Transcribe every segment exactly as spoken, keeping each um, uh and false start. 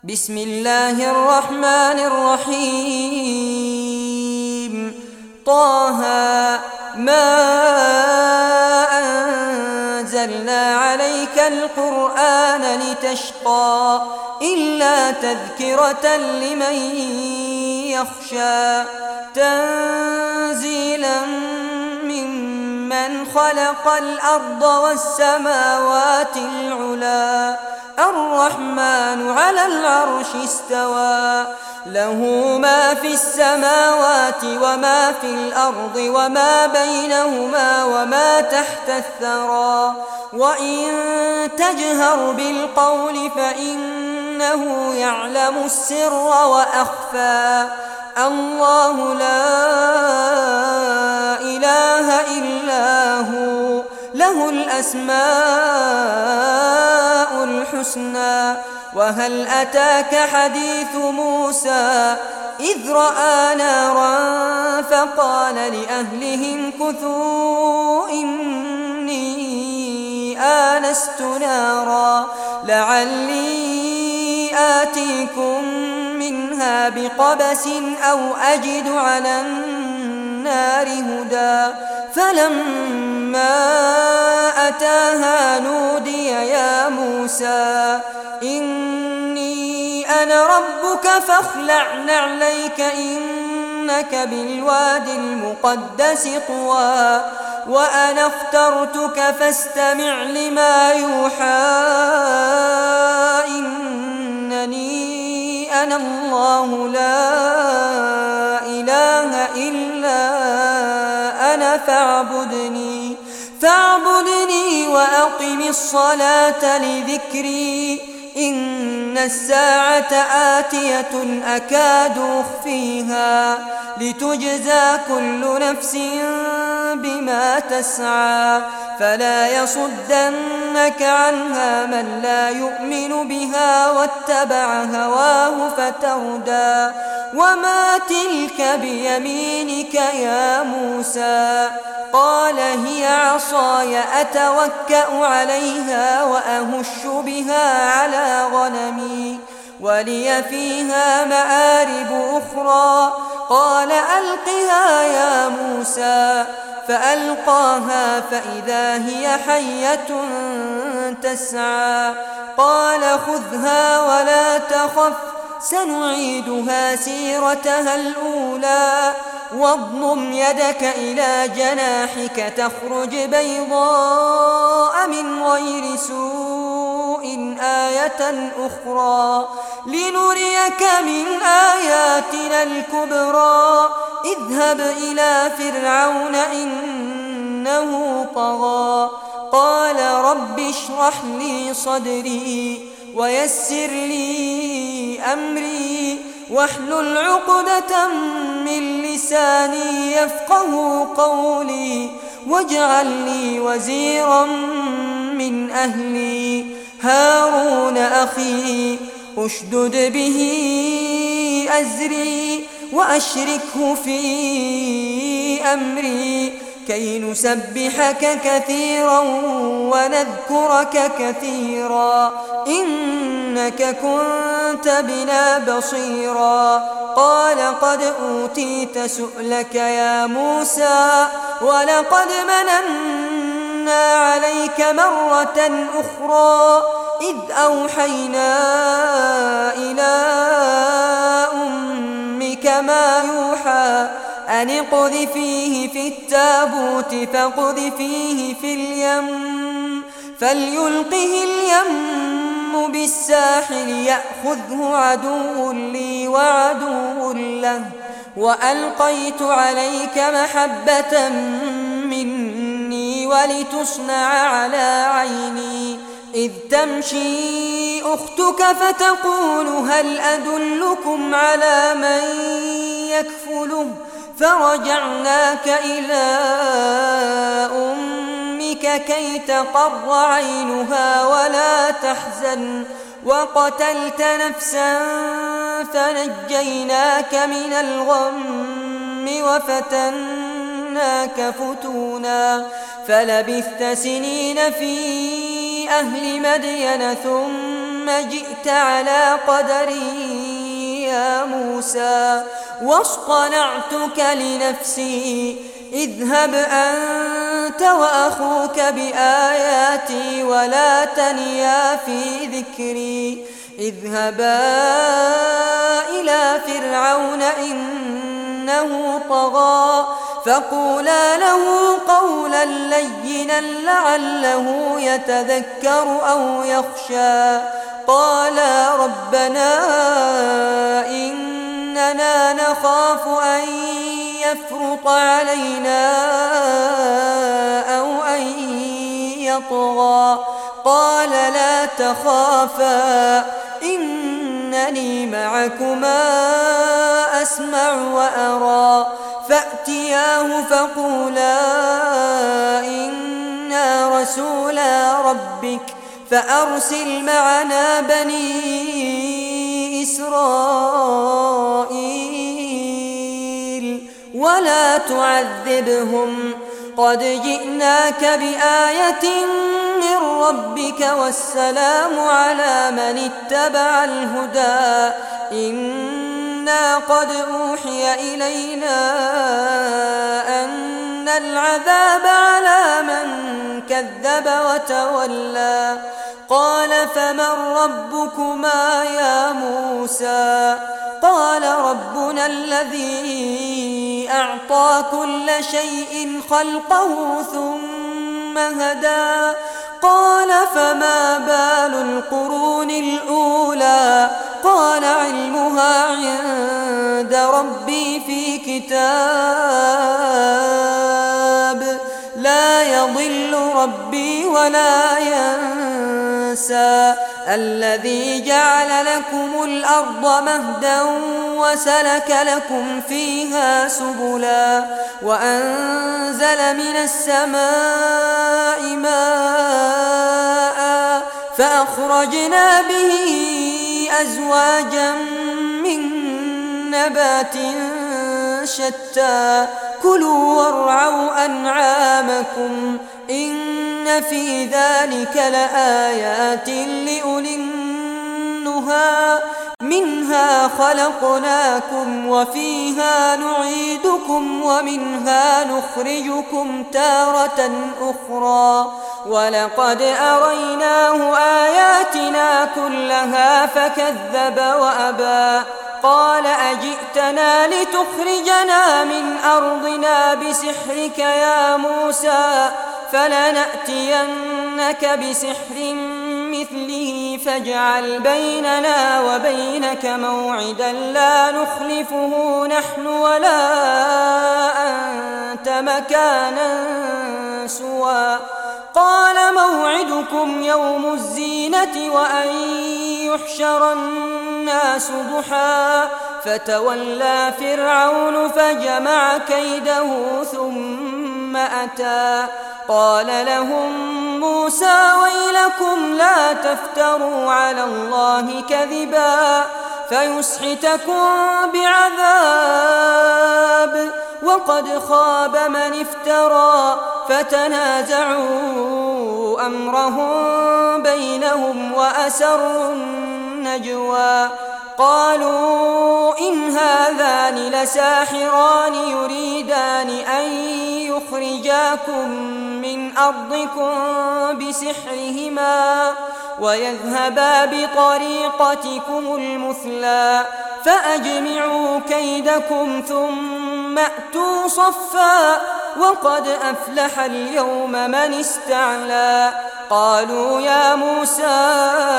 بسم الله الرحمن الرحيم طه ما أنزلنا عليك القرآن لتشقى إلا تذكرة لمن يخشى تنزيلا ممن خلق الأرض والسماوات العلى الرحمن على العرش استوى له ما في السماوات وما في الأرض وما بينهما وما تحت الثرى وإن تجهر بالقول فإنه يعلم السر وأخفى الله لا إله إلا هو له الأسماء الحسنى وهل أتاك حديث موسى إذ رأى نارا فقال لأهلهم كثوا إني آنست نارا لعلي آتيكم منها بقبس أو أجد على النار هدى فلما أتاها نودي يا موسى إني أنا ربك فاخلع نعليك إنك بالواد المقدس طوى وأنا اخترتك فاستمع لما يوحى إنني أنا الله لا إله إلا أنا فاعبدني فاعبدني وأقم الصلاة لذكري إن الساعة آتية أكاد أخفيها لتجزى كل نفس بما تسعى فلا يصدنك عنها من لا يؤمن بها واتبع هواه فتردى وما تلك بيمينك يا موسى قال هي عصاي أتوكأ عليها وأهش بها على غنمي ولي فيها مآرب أخرى قال ألقها يا موسى فألقاها فإذا هي حية تسعى قال خذها ولا تخف سنعيدها سيرتها الأولى واضمم يدك إلى جناحك تخرج بيضاء من غير سوء آية أخرى لنريك من آياتنا الكبرى اذهب إلى فرعون إنه طغى قال رب اشرح لي صدري ويسر لي أمري واحلل عقدة من لساني يفقه قولي واجعل لي وزيرا من أهلي هارون أخي أشدد به أزري وأشركه في أمري كي نسبحك كثيرا ونذكرك كثيرا إنك كنت بنا بصيرا قال قد أوتيت سؤلك يا موسى ولقد مننا عليك مرة أخرى إذ أوحينا إلى أمك ما يوحى أن اقذفيه في التابوت فاقذفيه في اليم فليلقه اليم بالساحل يأخذه عدو لي وعدو له وألقيت عليك محبة مني ولتصنع على عيني إذ تمشي أختك فتقول هل أدلكم على من يكفله فرجعناك إلى أمك كي تقر عينها ولا تحزن وقتلت نفسا فنجيناك من الغم وفتناك فتونا فلبثت سنين في أهل مدين ثم جئت على قدري يا موسى واصطنعتك لنفسي اذهب أنت وأخوك بآياتي ولا تنيا في ذكري اذهبا إلى فرعون إنه طغى فقولا له قولا لينا لعله يتذكر أو يخشى قالا ربنا إننا نخاف أن يفرط علينا أو أن يطغى قال لا تخافا إنني معكما أسمع وأرى فأتياه فقولا إنا رسولا ربك فأرسل معنا بني إسرائيل ولا تعذبهم قد جئناك بآية من ربك والسلام على من اتبع الهدى إنا قد أوحي إلينا أن العذاب على من كذب وتولى قال فمن ربكما يا موسى قال ربنا الذي أعطى كل شيء خلقه ثم هدى قال فما بال القرون الأولى قال علمها عند ربي في كتاب لا يضل ربي ولا ينسى الذي جعل لكم الأرض مهدا وسلك لكم فيها سبلا وأنزل من السماء ماء فأخرجنا به أزواجا من نبات شتى كلوا وارعوا أنعامكم إن في ذلك لآيات لأولي النهى منها خلقناكم وفيها نعيدكم ومنها نخرجكم تارة أخرى ولقد أريناه آياتنا كلها فكذب وأبى قال أجئتنا لتخرجنا من أرضنا بسحرك يا موسى فلنأتينك بسحر مثله فاجعل بيننا وبينك موعدا لا نخلفه نحن ولا أنت مكانا سوى قال موعدكم يوم الزينة وأن يحشر الناس ضحى فتولى فرعون فجمع كيده ثم أتى قال لهم موسى ويلكم لا تفتروا على الله كذبا فيسحتكم بعذاب وقد خاب من افترى فتنازعوا أمرهم بينهم وأسروا النجوى قالوا إن هذان لساحران يريدان أن يخرجاكم من أرضكم بسحرهما ويذهبا بطريقتكم المثلى فأجمعوا كيدكم ثم أتوا صفا وقد أفلح اليوم من استعلى قالوا يا موسى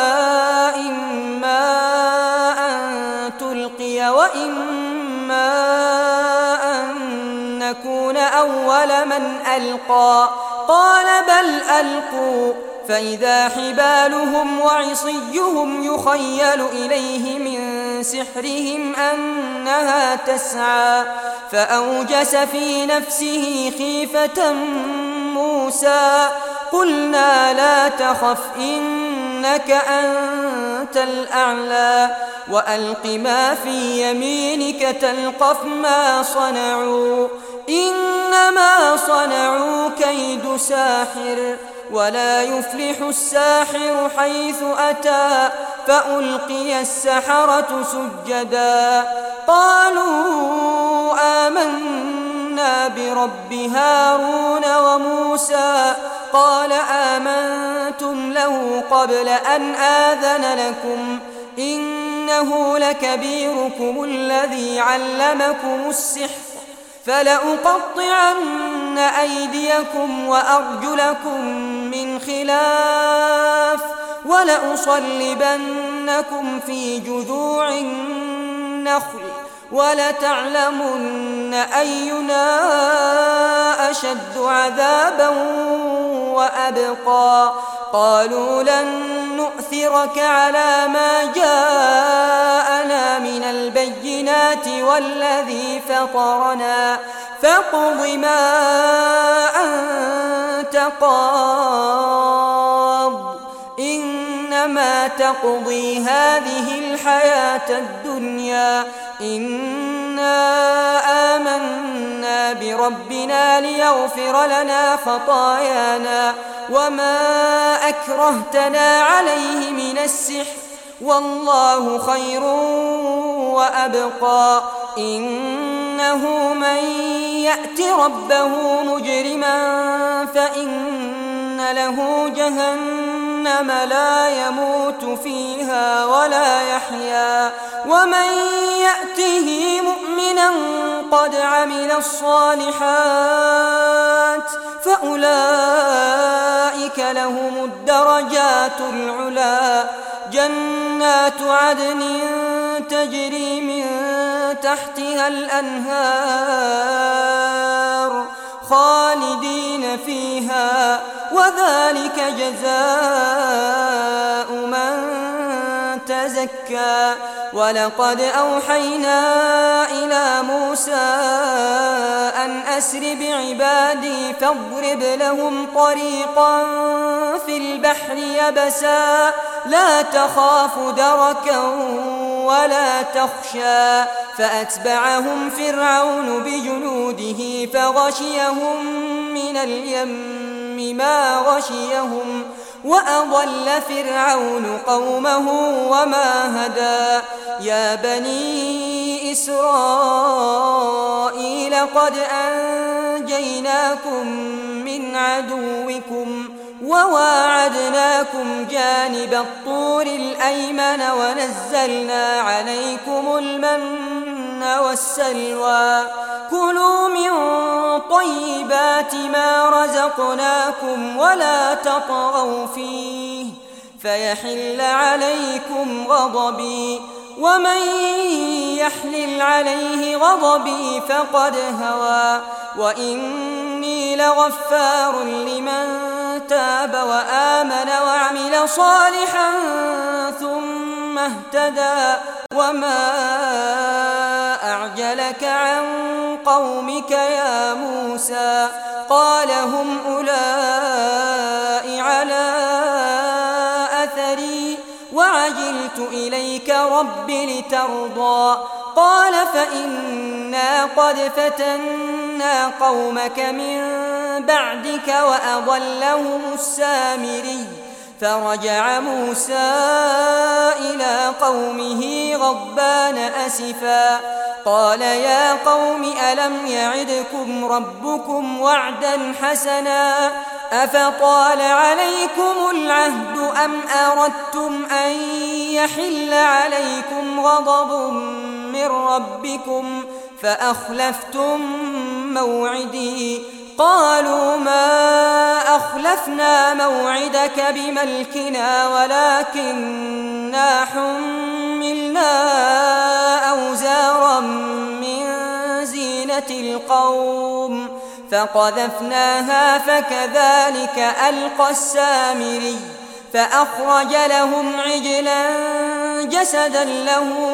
إما أن تلقي وإما أن نكون أول من ألقى قال بل ألقوا فإذا حبالهم وعصيهم يخيل إليه من سحرهم أنها تسعى فأوجس في نفسه خيفة موسى قلنا لا تخف إنك أنت الأعلى وألق ما في يمينك تلقف ما صنعوا إنما صنعوا كيد ساحر ولا يفلح الساحر حيث أتى فألقي السحرة سجدا قالوا آمنا برب هارون وموسى قال آمنتم له قبل أن آذن لكم إنه لكبيركم الذي علمكم السحر فلأقطعن أيديكم وأرجلكم من خلاف ولأصلبنكم في جذوع النخل ولتعلمن أينا أشد عذابا وأبقى قالوا لن نؤثرك على ما جاءنا من البينات والذي فطرنا فاقض ما أنت قاض إنما تقضي هذه الحياة الدنيا إنا آمنا بربنا ليغفر لنا خطايانا وما أكرهتنا عليه من السحر والله خير وأبقى إنه من يأت ربه مجرما فإن له جهنم لا يموت فيها ولا يحيا ومن يأته مؤمنا قد عمل الصالحات فأولئك لهم الدرجات العلى جنات عدن تجري من تحتها الأنهار خالدين فيها وذلك جزاء من تزكى ولقد أوحينا إلى موسى أن أسر بعبادي فاضرب لهم طريقا في البحر يبسا لا تخاف دركا ولا تخشى فأتبعهم فرعون بجنوده فغشيهم من اليم ما غشيهم وأضل فرعون قومه وما هدى يا بني إسرائيل قد أنجيناكم من عدوكم وواعدناكم جانب الطور الأيمن ونزلنا عليكم المن والسلوى كلوا من طيبات ما رزقناكم ولا تطغوا فيه فيحل عليكم غضبي ومن يحلل عليه غضبي فقد هوى وإني لغفار لمن تاب وآمن وعمل صالحا ثم اهتدى وما أعجلك عن قومك يا موسى قال هم أولئك على أثري وعجلت إليك رب لترضى قال فإنا قد فتنا قومك من بعدك وأضلهم السامري فرجع موسى إلى قومه غضبان أسفا قال يا قوم ألم يعدكم ربكم وعدا حسنا أفطال عليكم العهد أم أردتم أن يحل عليكم غضب من ربكم فأخلفتم موعدي قالوا ما أخلفنا موعدك بملكنا ولكننا حملنا أوزارا من زينة القوم فقذفناها فكذلك ألقى السامري فأخرج لهم عجلا جسدا له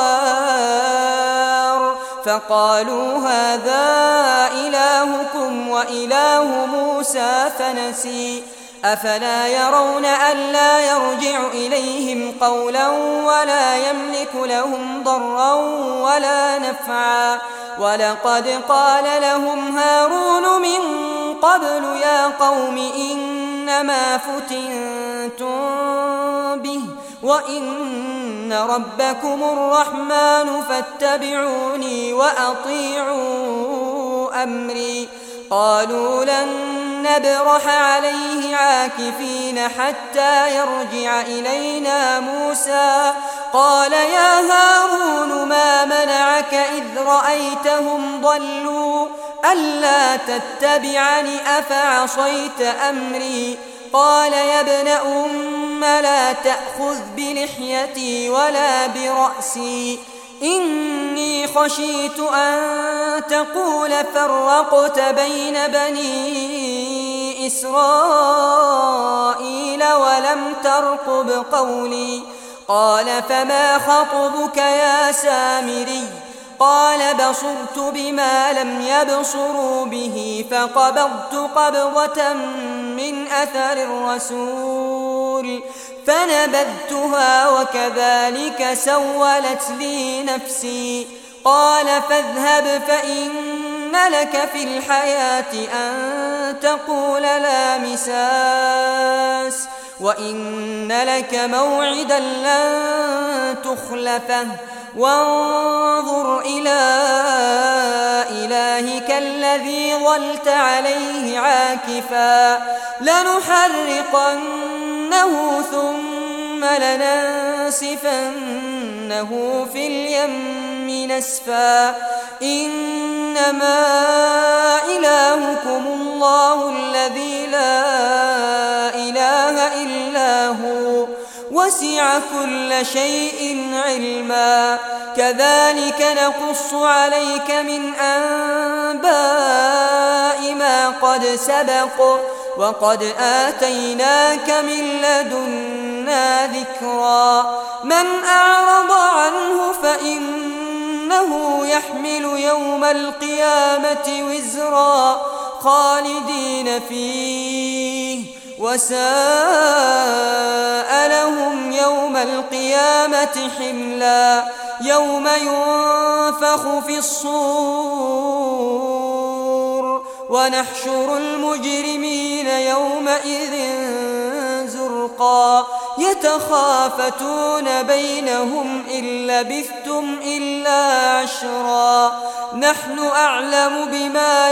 خوار فقالوا هذا إلهكم وإله موسى فنسي أفلا يرون ألا يرجع إليهم قولا ولا يملك لهم ضرا ولا نفعا ولقد قال لهم هارون من قبل يا قوم إنما فتنتم به وإن ربكم الرحمن فاتبعوني وأطيعوا أمري قالوا لن نبرح عليه عاكفين حتى يرجع إلينا موسى قال يا هارون ما منعك إذ رأيتهم ضلوا ألا تتبعني أفعصيت أمري قال يا ابن أم لا تأخذ بلحيتي ولا برأسي إني خشيت أن تقول فرقت بين بني إسرائيل ولم ترقب قولي قال فما خطبك يا سامري قال بصرت بما لم يبصروا به فقبضت قبضة من أثر الرسول فنبذتها وكذلك سولت لي نفسي قال فاذهب فإن لك في الحياة أن تقول لا مساس وإن لك موعدا لن تخلفه وانظر إلى إلهك الذي ظلت عليه عاكفا لنحرقنه ثم لننسفنه في اليم نسفا إنما إلهكم الله الذي لا إله إلا هو وسع كل شيء علما كذلك نقص عليك من أنباء ما قد سبق وقد آتيناك من لدنا ذكرا من أعرض عنه فإنه يحمل يوم القيامة وزرا خالدين فيه وساء لهم يوم القيامة حملا يوم ينفخ في الصور ونحشر المجرمين يومئذ زرقا يتخافتون بينهم إن لبثتم إلا عشرا نحن أعلم بما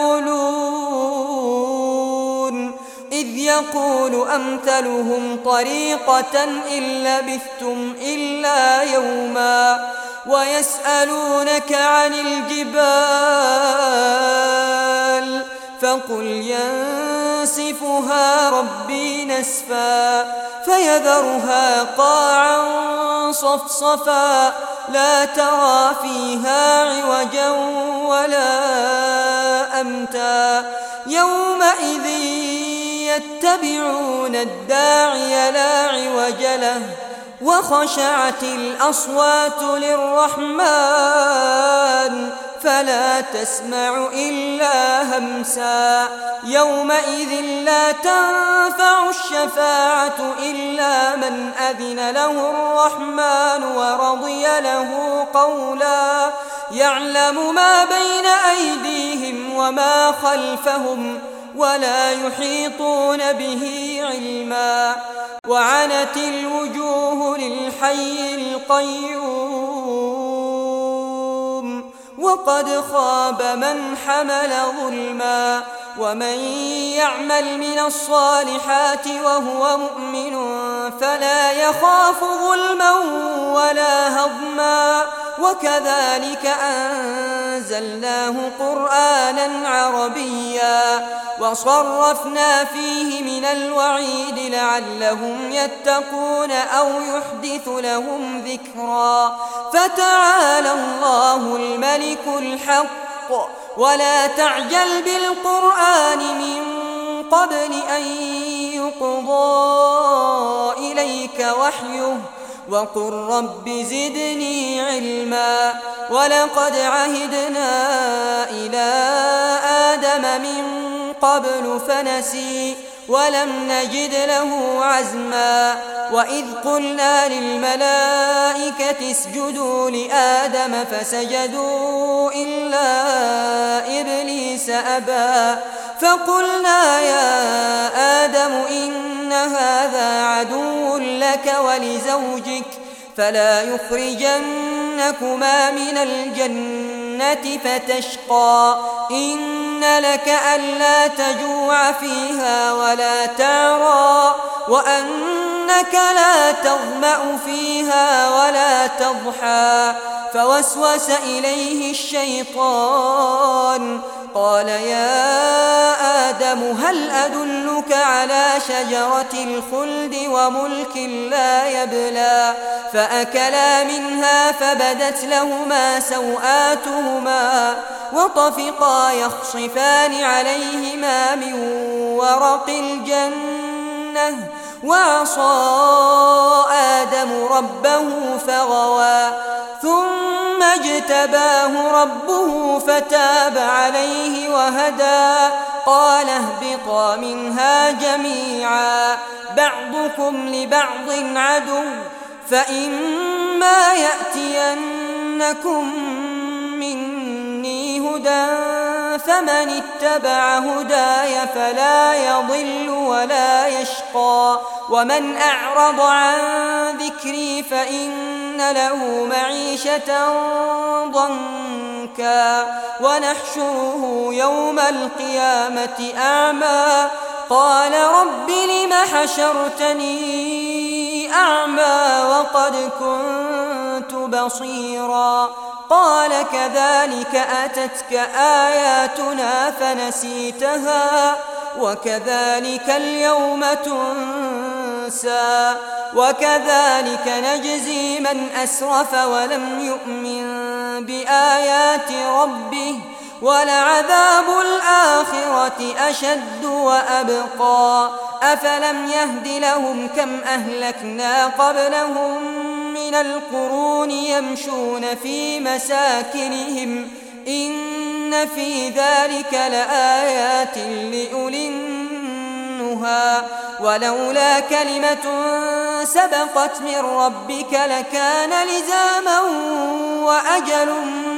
يقولون إذ يقول أمثلهم طريقة إن لبثتم إلا يوما ويسألونك عن الجبال فقل ينسفها ربي نسفا فيذرها قاعا صفصفا لا ترى فيها عوجا ولا أمتا يومئذ يتبعون الداعي لا عوج له وخشعت الأصوات للرحمن فلا تسمع إلا همسا يومئذ لا تنفع الشفاعة إلا من أذن له الرحمن ورضي له قولا يعلم ما بين أيديهم وما خلفهم ولا يحيطون به علما وعنت الوجوه للحي القيوم وقد خاب من حمل ظلما ومن يعمل من الصالحات وهو مؤمن فلا يخاف ظلما ولا هضما وكذلك أنزلناه قرآنا عربيا وصرفنا فيه من الوعيد لعلهم يتقون أو يحدث لهم ذكرا فتعالى الله الملك الحق ولا تعجل بالقرآن من قبل أن يقضى إليك وحيه وقل رب زدني علما ولقد عهدنا إلى آدم من قبل فنسي ولم نجد له عزما وإذ قلنا للملائكة اسجدوا لآدم فسجدوا إلا إبليس أبى فقلنا يا آدم إن هذا عدو لك ولزوجك فلا يخرجنكما من الجنة فتشقى إن لك ألا تجوع فيها ولا تعرى وأنك لا تظمأ فيها ولا تضحى فوسوس إليه الشيطان قال يا آدم هل أدلك على شجرة الخلد وملك لا يبلى فأكلا منها فبدت لهما سوآتهما وطفقا يخصفان عليهما من ورق الجنة وعصى آدم ربه فغوى ثم اجتباه ربه فتاب عليه وهدى قال اهبطا منها جميعا بعضكم لبعض عدو فإما يأتينكم مني هدى فمن اتبع هداي فلا يضل ولا يشقى ومن أعرض عن ذكري فإن له معيشة ضنكا ونحشره يوم القيامة أعمى قال رب لم حشرتني أعمى وقد كنت بصيرا قال كذلك أتتك آياتنا فنسيتها وكذلك اليوم تنسى وكذلك نجزي من أسرف ولم يؤمن بآيات ربه ولعذاب الآخرة أشد وأبقى أفلم يهد لهم كم أهلكنا قبلهم من القرون يمشون في مساكنهم إن في ذلك لآيات لأولي النهى ولولا كلمة سبقت من ربك لكان لزاما وأجل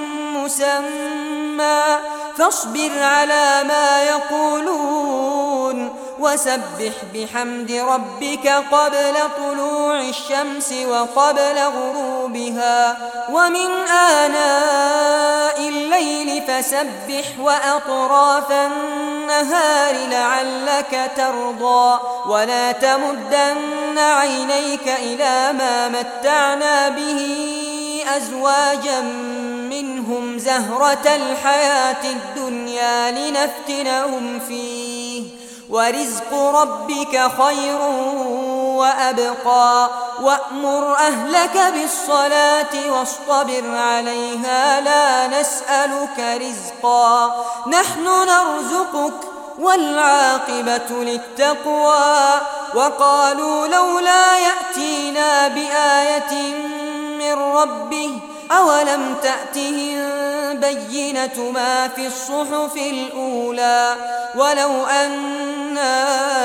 مسمى فاصبر على ما يقولون وسبح بحمد ربك قبل طلوع الشمس وقبل غروبها ومن آناء الليل فسبح وأطراف النهار لعلك ترضى ولا تمدن عينيك إلى ما متعنا به أزواجا منهم زهرة الحياة الدنيا لنفتنهم فيه ورزق ربك خير وأبقى وأمر أهلك بالصلاة واصطبر عليها لا نسألك رزقا نحن نرزقك والعاقبة للتقوى وقالوا لولا يأتينا بآية من ربه أولم تأتهم بينة ما في الصحف الأولى ولو أنا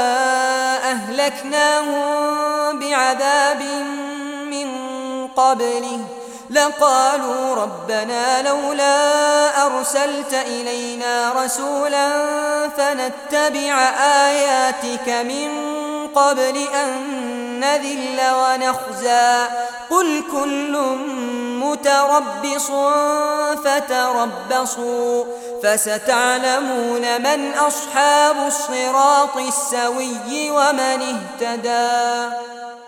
أهلكناهم بعذاب من قبله لقالوا ربنا لولا أرسلت إلينا رسولا فنتبع آياتك من قبل أن نذل ونخزى قل كل متربص فتربصوا فستعلمون من أصحاب الصراط السوي ومن اهتدى.